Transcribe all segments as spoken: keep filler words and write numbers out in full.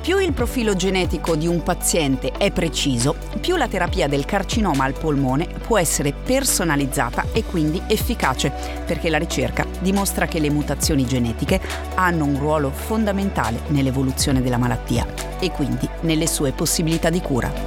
Più il profilo genetico di un paziente è preciso, più la terapia del carcinoma al polmone può essere personalizzata e quindi efficace, perché la ricerca dimostra che le mutazioni genetiche hanno un ruolo fondamentale nell'evoluzione della malattia e quindi nelle sue possibilità di cura.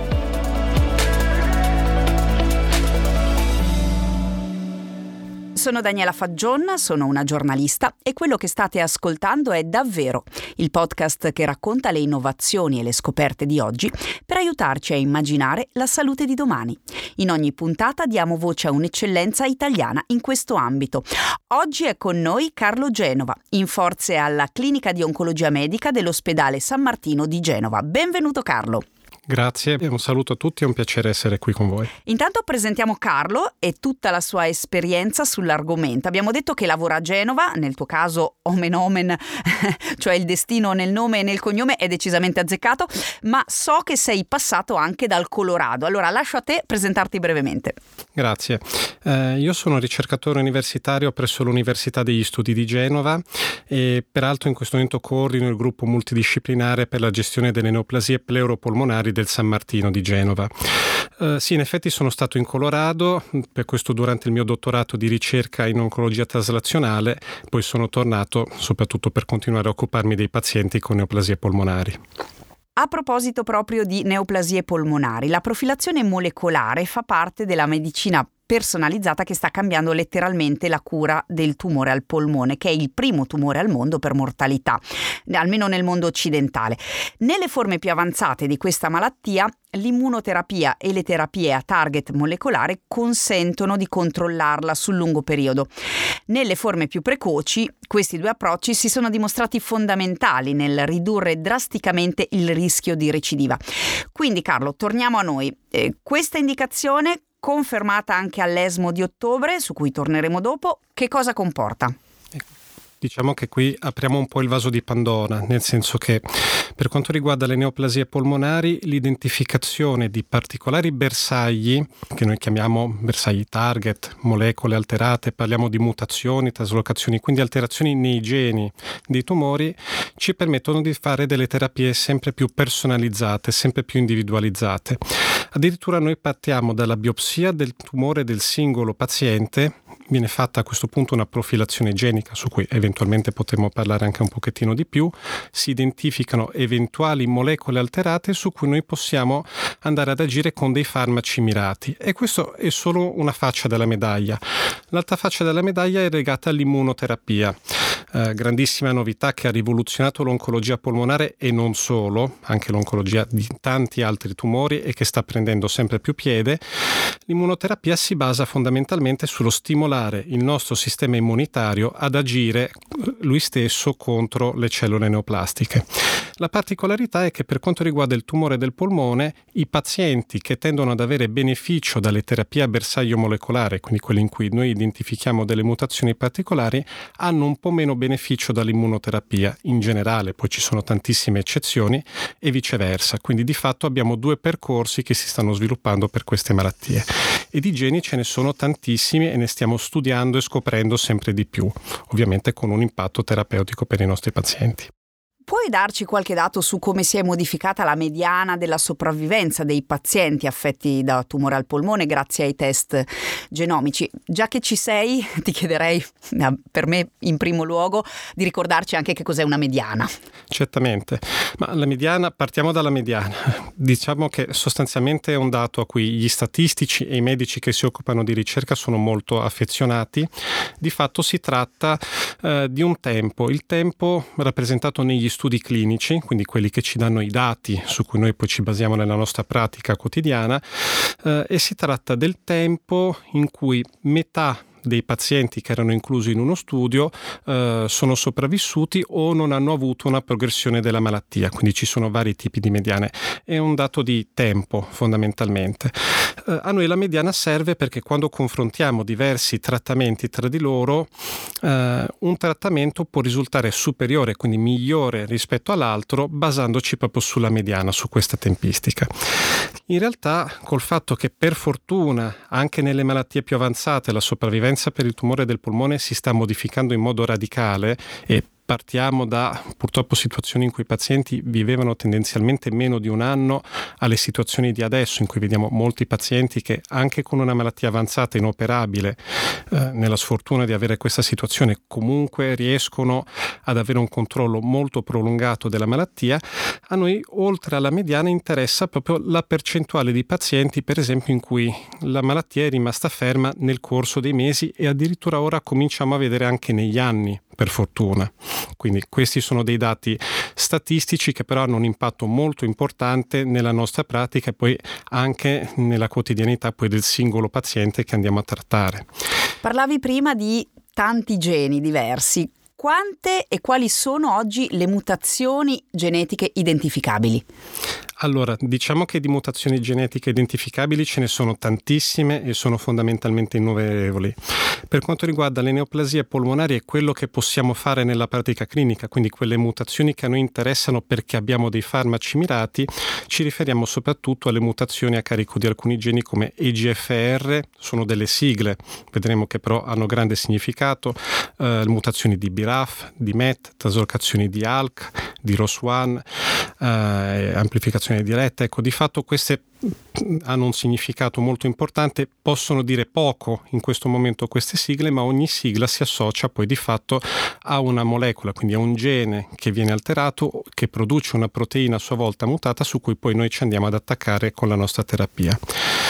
Sono Daniela Faggion, sono una giornalista e quello che state ascoltando è Davvero, il podcast che racconta le innovazioni e le scoperte di oggi per aiutarci a immaginare la salute di domani. In ogni puntata diamo voce a un'eccellenza italiana in questo ambito. Oggi è con noi Carlo Genova, in forze alla Clinica di Oncologia Medica dell'Ospedale San Martino di Genova. Benvenuto Carlo. Grazie, un saluto a tutti, è un piacere essere qui con voi. Intanto presentiamo Carlo e tutta la sua esperienza sull'argomento. Abbiamo detto che lavora a Genova, nel tuo caso omen omen, cioè il destino nel nome e nel cognome è decisamente azzeccato, ma so che sei passato anche dal Colorado. Allora lascio a te presentarti brevemente. Grazie. Eh, io sono ricercatore universitario presso l'Università degli Studi di Genova e peraltro in questo momento coordino il gruppo multidisciplinare per la gestione delle neoplasie pleuropolmonari del San Martino di Genova. Uh, sì, in effetti sono stato in Colorado, per questo durante il mio dottorato di ricerca in oncologia traslazionale, poi sono tornato soprattutto per continuare a occuparmi dei pazienti con neoplasie polmonari. A proposito proprio di neoplasie polmonari, la profilazione molecolare fa parte della medicina personalizzata che sta cambiando letteralmente la cura del tumore al polmone, che è il primo tumore al mondo per mortalità, almeno nel mondo occidentale. Nelle forme più avanzate di questa malattia, l'immunoterapia e le terapie a target molecolare consentono di controllarla sul lungo periodo. Nelle forme più precoci, questi due approcci si sono dimostrati fondamentali nel ridurre drasticamente il rischio di recidiva. Quindi Carlo, torniamo a noi. Eh, questa indicazione, confermata anche all'ESMO di ottobre, su cui torneremo dopo, che cosa comporta? Diciamo che qui apriamo un po' il vaso di Pandora, nel senso che per quanto riguarda le neoplasie polmonari, l'identificazione di particolari bersagli, che noi chiamiamo bersagli target, molecole alterate, parliamo di mutazioni, traslocazioni, quindi alterazioni nei geni dei tumori, ci permettono di fare delle terapie sempre più personalizzate, sempre più individualizzate. Addirittura noi partiamo dalla biopsia del tumore del singolo paziente, viene fatta a questo punto una profilazione genica su cui eventualmente potremo parlare anche un pochettino di più, si identificano eventuali molecole alterate su cui noi possiamo andare ad agire con dei farmaci mirati e questo è solo una faccia della medaglia. L'altra faccia della medaglia è legata all'immunoterapia. Eh, grandissima novità che ha rivoluzionato l'oncologia polmonare e non solo, anche l'oncologia di tanti altri tumori e che sta prendendo sempre più piede. L'immunoterapia si basa fondamentalmente sullo stimolare il nostro sistema immunitario ad agire lui stesso contro le cellule neoplastiche. La particolarità è che per quanto riguarda il tumore del polmone, i pazienti che tendono ad avere beneficio dalle terapie a bersaglio molecolare, quindi quelle in cui noi identifichiamo delle mutazioni particolari, hanno un po' meno beneficio dall'immunoterapia in generale, poi ci sono tantissime eccezioni e viceversa. Quindi di fatto abbiamo due percorsi che si stanno sviluppando per queste malattie. E di geni ce ne sono tantissimi e ne stiamo studiando e scoprendo sempre di più, ovviamente con un impatto terapeutico per i nostri pazienti. Puoi darci qualche dato su come si è modificata la mediana della sopravvivenza dei pazienti affetti da tumore al polmone grazie ai test genomici? Già che ci sei, ti chiederei, per me in primo luogo, di ricordarci anche che cos'è una mediana. Certamente, ma la mediana, partiamo dalla mediana. Diciamo che sostanzialmente è un dato a cui gli statistici e i medici che si occupano di ricerca sono molto affezionati. Di fatto si tratta eh, di un tempo, il tempo rappresentato negli studi clinici, quindi quelli che ci danno i dati su cui noi poi ci basiamo nella nostra pratica quotidiana, eh, e si tratta del tempo in cui metà dei pazienti che erano inclusi in uno studio eh, sono sopravvissuti o non hanno avuto una progressione della malattia, quindi ci sono vari tipi di mediane. È un dato di tempo fondamentalmente. Eh, a noi la mediana serve perché quando confrontiamo diversi trattamenti tra di loro, eh, un trattamento può risultare superiore, quindi migliore rispetto all'altro, basandoci proprio sulla mediana, su questa tempistica. In realtà, col fatto che per fortuna anche nelle malattie più avanzate la sopravvivenza per il tumore del polmone si sta modificando in modo radicale e partiamo da purtroppo situazioni in cui i pazienti vivevano tendenzialmente meno di un anno alle situazioni di adesso, in cui vediamo molti pazienti che anche con una malattia avanzata inoperabile, eh, nella sfortuna di avere questa situazione, comunque riescono ad avere un controllo molto prolungato della malattia. A noi, oltre alla mediana, interessa proprio la percentuale di pazienti, per esempio, in cui la malattia è rimasta ferma nel corso dei mesi, e addirittura ora cominciamo a vedere anche negli anni, per fortuna. Quindi questi sono dei dati statistici che però hanno un impatto molto importante nella nostra pratica e poi anche nella quotidianità poi del singolo paziente che andiamo a trattare. Parlavi prima di tanti geni diversi. Quante e quali sono oggi le mutazioni genetiche identificabili? Allora, diciamo che di mutazioni genetiche identificabili ce ne sono tantissime e sono fondamentalmente innumerevoli. Per quanto riguarda le neoplasie polmonari è quello che possiamo fare nella pratica clinica, quindi quelle mutazioni che a noi interessano perché abbiamo dei farmaci mirati, ci riferiamo soprattutto alle mutazioni a carico di alcuni geni come E G F R, sono delle sigle, vedremo che però hanno grande significato, eh, mutazioni di B R A F, di M E T, traslocazioni di A L K, di R O S uno, eh, amplificazione diretta. Ecco, di fatto queste hanno un significato molto importante, possono dire poco in questo momento queste sigle, ma ogni sigla si associa poi di fatto a una molecola, quindi a un gene che viene alterato, che produce una proteina a sua volta mutata su cui poi noi ci andiamo ad attaccare con la nostra terapia.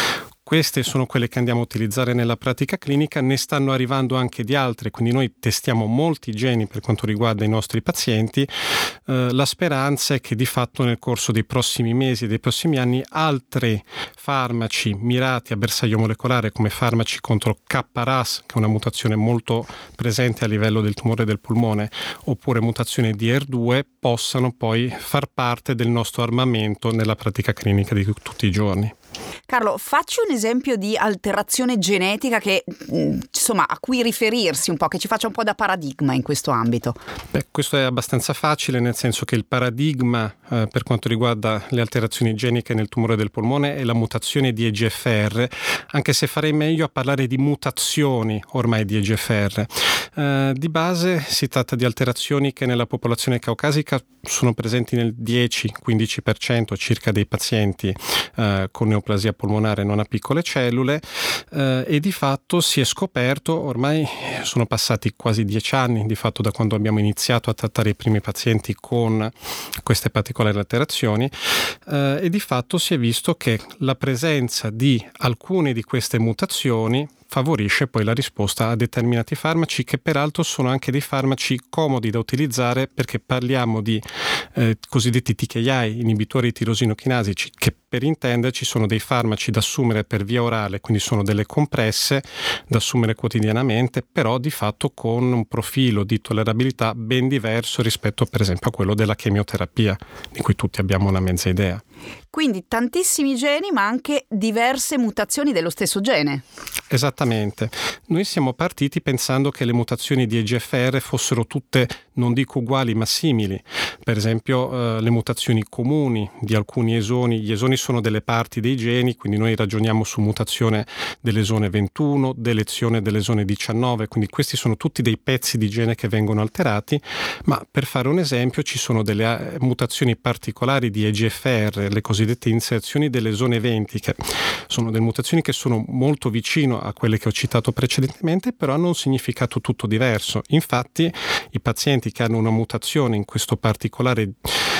Queste sono quelle che andiamo a utilizzare nella pratica clinica, ne stanno arrivando anche di altre, quindi noi testiamo molti geni per quanto riguarda i nostri pazienti. Eh, la speranza è che di fatto nel corso dei prossimi mesi e dei prossimi anni altri farmaci mirati a bersaglio molecolare, come farmaci contro K R A S, che è una mutazione molto presente a livello del tumore del polmone, oppure mutazione di E R due, possano poi far parte del nostro armamento nella pratica clinica di tutti i giorni. Carlo, facci un esempio di alterazione genetica che, insomma, a cui riferirsi un po', che ci faccia un po' da paradigma in questo ambito. Beh, questo è abbastanza facile, nel senso che il paradigma eh, per quanto riguarda le alterazioni geniche nel tumore del polmone è la mutazione di E G F R, anche se farei meglio a parlare di mutazioni ormai di E G F R. Eh, di base si tratta di alterazioni che nella popolazione caucasica sono presenti nel dieci quindici per cento circa dei pazienti eh, con neoplasia polmonare non a piccole cellule, eh, e di fatto si è scoperto, ormai sono passati quasi dieci anni di fatto da quando abbiamo iniziato a trattare i primi pazienti con queste particolari alterazioni, eh, e di fatto si è visto che la presenza di alcune di queste mutazioni favorisce poi la risposta a determinati farmaci, che peraltro sono anche dei farmaci comodi da utilizzare, perché parliamo di eh, cosiddetti T K I, inibitori tirosino-chinasici, che per intenderci sono dei farmaci da assumere per via orale, quindi sono delle compresse da assumere quotidianamente, però di fatto con un profilo di tollerabilità ben diverso rispetto per esempio a quello della chemioterapia, di cui tutti abbiamo una mezza idea. Quindi tantissimi geni, ma anche diverse mutazioni dello stesso gene. Esattamente. Noi siamo partiti pensando che le mutazioni di E G F R fossero tutte, non dico uguali, ma simili. Per esempio eh, le mutazioni comuni di alcuni esoni. Gli esoni sono delle parti dei geni, quindi noi ragioniamo su mutazione dell'esone ventuno, delezione dell'esone diciannove, quindi questi sono tutti dei pezzi di gene che vengono alterati, ma per fare un esempio ci sono delle mutazioni particolari di E G F R, le cosiddette inserzioni dell'esone venti, che sono delle mutazioni che sono molto vicino a quelle che ho citato precedentemente, però hanno un significato tutto diverso. Infatti i pazienti che hanno una mutazione in questo particolare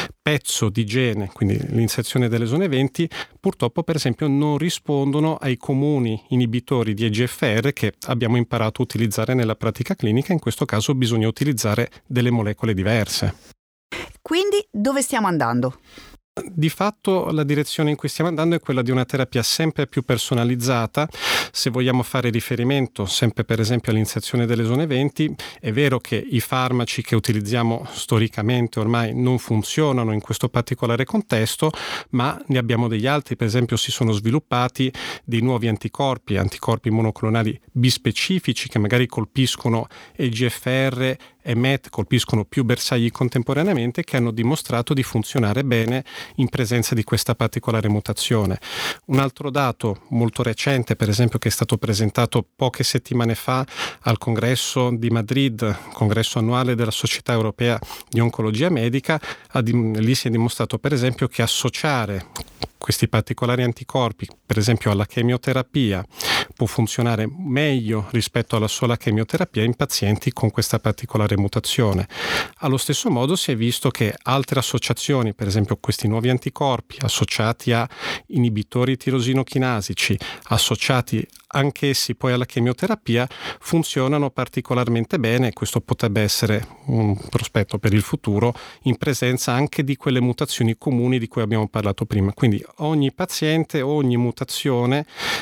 pezzo di gene, quindi l'inserzione dell'esone venti, purtroppo per esempio non rispondono ai comuni inibitori di E G F R che abbiamo imparato a utilizzare nella pratica clinica. In questo caso bisogna utilizzare delle molecole diverse. Quindi dove stiamo andando? Di fatto la direzione in cui stiamo andando è quella di una terapia sempre più personalizzata. Se vogliamo fare riferimento sempre per esempio all'inserzione dell'esone venti, è vero che i farmaci che utilizziamo storicamente ormai non funzionano in questo particolare contesto, ma ne abbiamo degli altri. Per esempio si sono sviluppati dei nuovi anticorpi, anticorpi monoclonali bispecifici che magari colpiscono E G F R e M E T, colpiscono più bersagli contemporaneamente, che hanno dimostrato di funzionare bene in presenza di questa particolare mutazione. Un altro dato molto recente, per esempio, esempio, che è stato presentato poche settimane fa al congresso di Madrid, congresso annuale della Società Europea di Oncologia Medica. Lì si è dimostrato per esempio che associare questi particolari anticorpi, per esempio alla chemioterapia, può funzionare meglio rispetto alla sola chemioterapia in pazienti con questa particolare mutazione. Allo stesso modo si è visto che altre associazioni, per esempio questi nuovi anticorpi associati a inibitori tirosinochinasici, associati anch'essi poi alla chemioterapia, funzionano particolarmente bene. Questo potrebbe essere un prospetto per il futuro in presenza anche di quelle mutazioni comuni di cui abbiamo parlato prima. Quindi ogni paziente, ogni mutazione,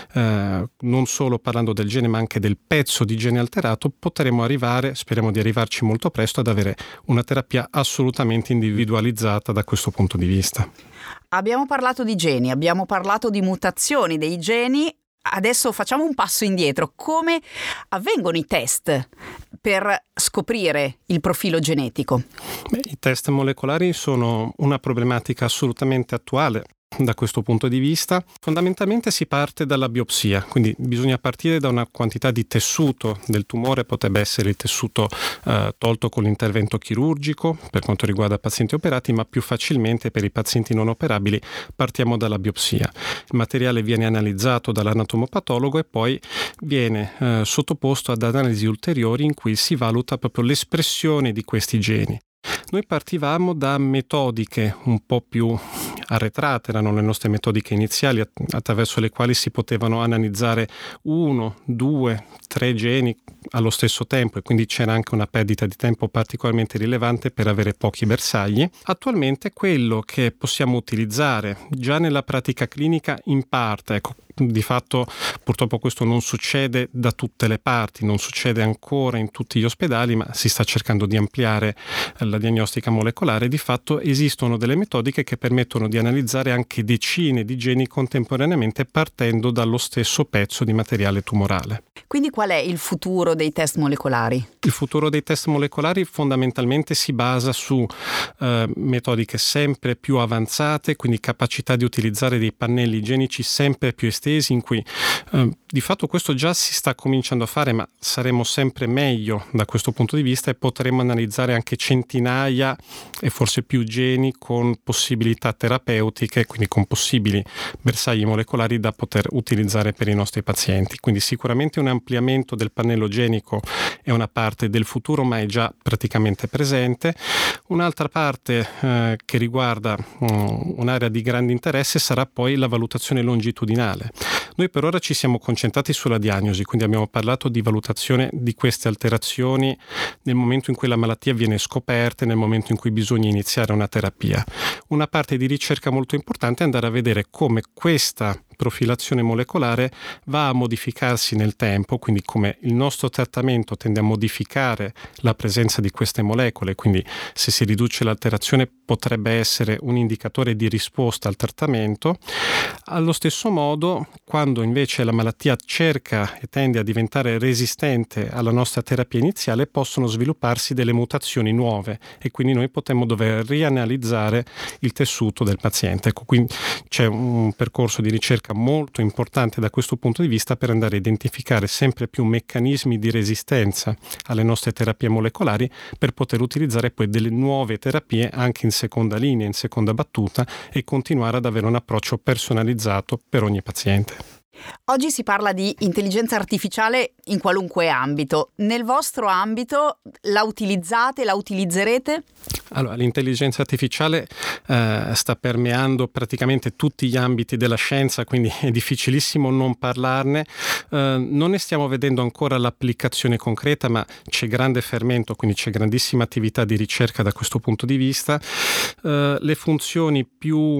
eh, non solo parlando del gene ma anche del pezzo di gene alterato, potremo arrivare, speriamo di arrivarci molto presto, ad avere una terapia assolutamente individualizzata da questo punto di vista. Abbiamo parlato di geni, abbiamo parlato di mutazioni dei geni. Adesso facciamo un passo indietro. Come avvengono i test per scoprire il profilo genetico? Beh, i test molecolari sono una problematica assolutamente attuale. Da questo punto di vista, fondamentalmente si parte dalla biopsia, quindi bisogna partire da una quantità di tessuto del tumore, potrebbe essere il tessuto eh, tolto con l'intervento chirurgico per quanto riguarda pazienti operati, ma più facilmente per i pazienti non operabili partiamo dalla biopsia. Il materiale viene analizzato dall'anatomopatologo e poi viene eh, sottoposto ad analisi ulteriori in cui si valuta proprio l'espressione di questi geni. Noi partivamo da metodiche un po' più arretrate, erano le nostre metodiche iniziali attraverso le quali si potevano analizzare uno, due, tre geni allo stesso tempo e quindi c'era anche una perdita di tempo particolarmente rilevante per avere pochi bersagli. Attualmente quello che possiamo utilizzare già nella pratica clinica in parte, ecco, di fatto purtroppo questo non succede da tutte le parti, non succede ancora in tutti gli ospedali, ma si sta cercando di ampliare la diagnostica molecolare. Di fatto esistono delle metodiche che permettono di analizzare anche decine di geni contemporaneamente partendo dallo stesso pezzo di materiale tumorale. Quindi qual è il futuro dei test molecolari? Il futuro dei test molecolari fondamentalmente si basa su eh, metodiche sempre più avanzate, quindi capacità di utilizzare dei pannelli genici sempre più estesi, in cui eh, di fatto questo già si sta cominciando a fare, ma saremo sempre meglio da questo punto di vista e potremo analizzare anche centinaia e forse più geni con possibilità terapeutiche, quindi con possibili bersagli molecolari da poter utilizzare per i nostri pazienti. Quindi sicuramente un ampliamento del pannello genico è una parte del futuro, ma è già praticamente presente. Un'altra parte eh, che riguarda um, un'area di grande interesse sarà poi la valutazione longitudinale. Noi per ora ci siamo concentrati sulla diagnosi, quindi abbiamo parlato di valutazione di queste alterazioni nel momento in cui la malattia viene scoperta e nel momento in cui bisogna iniziare una terapia. Una parte di ricerca molto importante è andare a vedere come questa profilazione molecolare va a modificarsi nel tempo, quindi come il nostro trattamento tende a modificare la presenza di queste molecole, quindi se si riduce l'alterazione potrebbe essere un indicatore di risposta al trattamento. Allo stesso modo, quando invece la malattia cerca e tende a diventare resistente alla nostra terapia iniziale, possono svilupparsi delle mutazioni nuove e quindi noi potremmo dover rianalizzare il tessuto del paziente. Ecco, quindi c'è un percorso di ricerca molto importante da questo punto di vista per andare a identificare sempre più meccanismi di resistenza alle nostre terapie molecolari per poter utilizzare poi delle nuove terapie anche in seconda linea, in seconda battuta e continuare ad avere un approccio personalizzato per ogni paziente. Oggi si parla di intelligenza artificiale in qualunque ambito. Nel vostro ambito la utilizzate, la utilizzerete? Allora, l'intelligenza artificiale eh, sta permeando praticamente tutti gli ambiti della scienza, quindi è difficilissimo non parlarne. Eh, non ne stiamo vedendo ancora l'applicazione concreta, ma c'è grande fermento, quindi c'è grandissima attività di ricerca da questo punto di vista. Eh, le funzioni più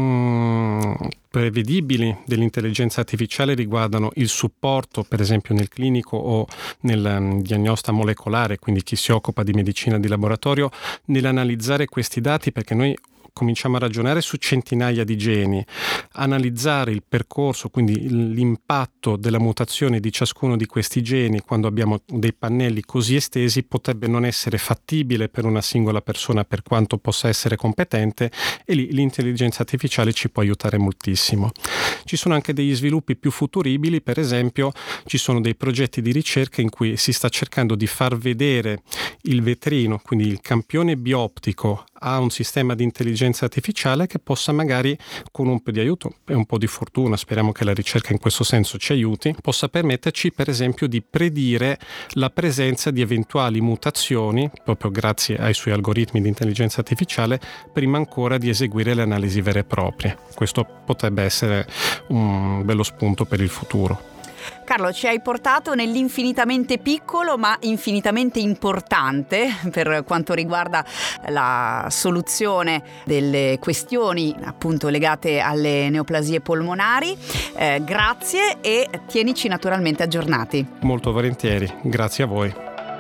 mm, prevedibili dell'intelligenza artificiale riguardano il supporto, per esempio nel clinico o nel um, diagnosta molecolare, quindi chi si occupa di medicina di laboratorio, nell'analizzare questi dati, perché noi cominciamo a ragionare su centinaia di geni, analizzare il percorso, quindi l'impatto l'impatto della mutazione di ciascuno di questi geni quando abbiamo dei pannelli così estesi potrebbe non essere fattibile per una singola persona per quanto possa essere competente, e lì l'intelligenza artificiale ci può aiutare moltissimo. Ci sono anche degli sviluppi più futuribili, per esempio ci sono dei progetti di ricerca in cui si sta cercando di far vedere il vetrino, quindi il campione bioptico, a un sistema di intelligenza artificiale che possa magari, con un po' di aiuto e un po' di fortuna, speriamo che la ricerca in questo senso ci aiuti, possa permetterci per esempio di predire la presenza di eventuali mutazioni, proprio grazie ai suoi algoritmi di intelligenza artificiale, prima ancora di eseguire le analisi vere e proprie. Questo potrebbe essere un bello spunto per il futuro. Carlo, ci hai portato nell'infinitamente piccolo ma infinitamente importante per quanto riguarda la soluzione delle questioni appunto legate alle neoplasie polmonari. Eh, grazie e tienici naturalmente aggiornati. Molto volentieri, grazie a voi.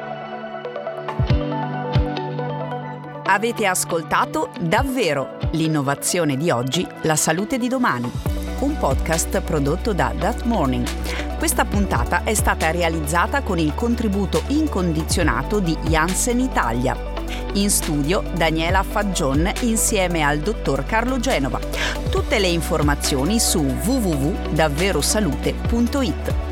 Avete ascoltato Davvero, l'innovazione di oggi, la salute di domani, un podcast prodotto da That Morning. Questa puntata è stata realizzata con il contributo incondizionato di Janssen Italia. In studio Daniela Faggion insieme al dottor Carlo Genova. Tutte le informazioni su w w w punto davverosalute punto i t.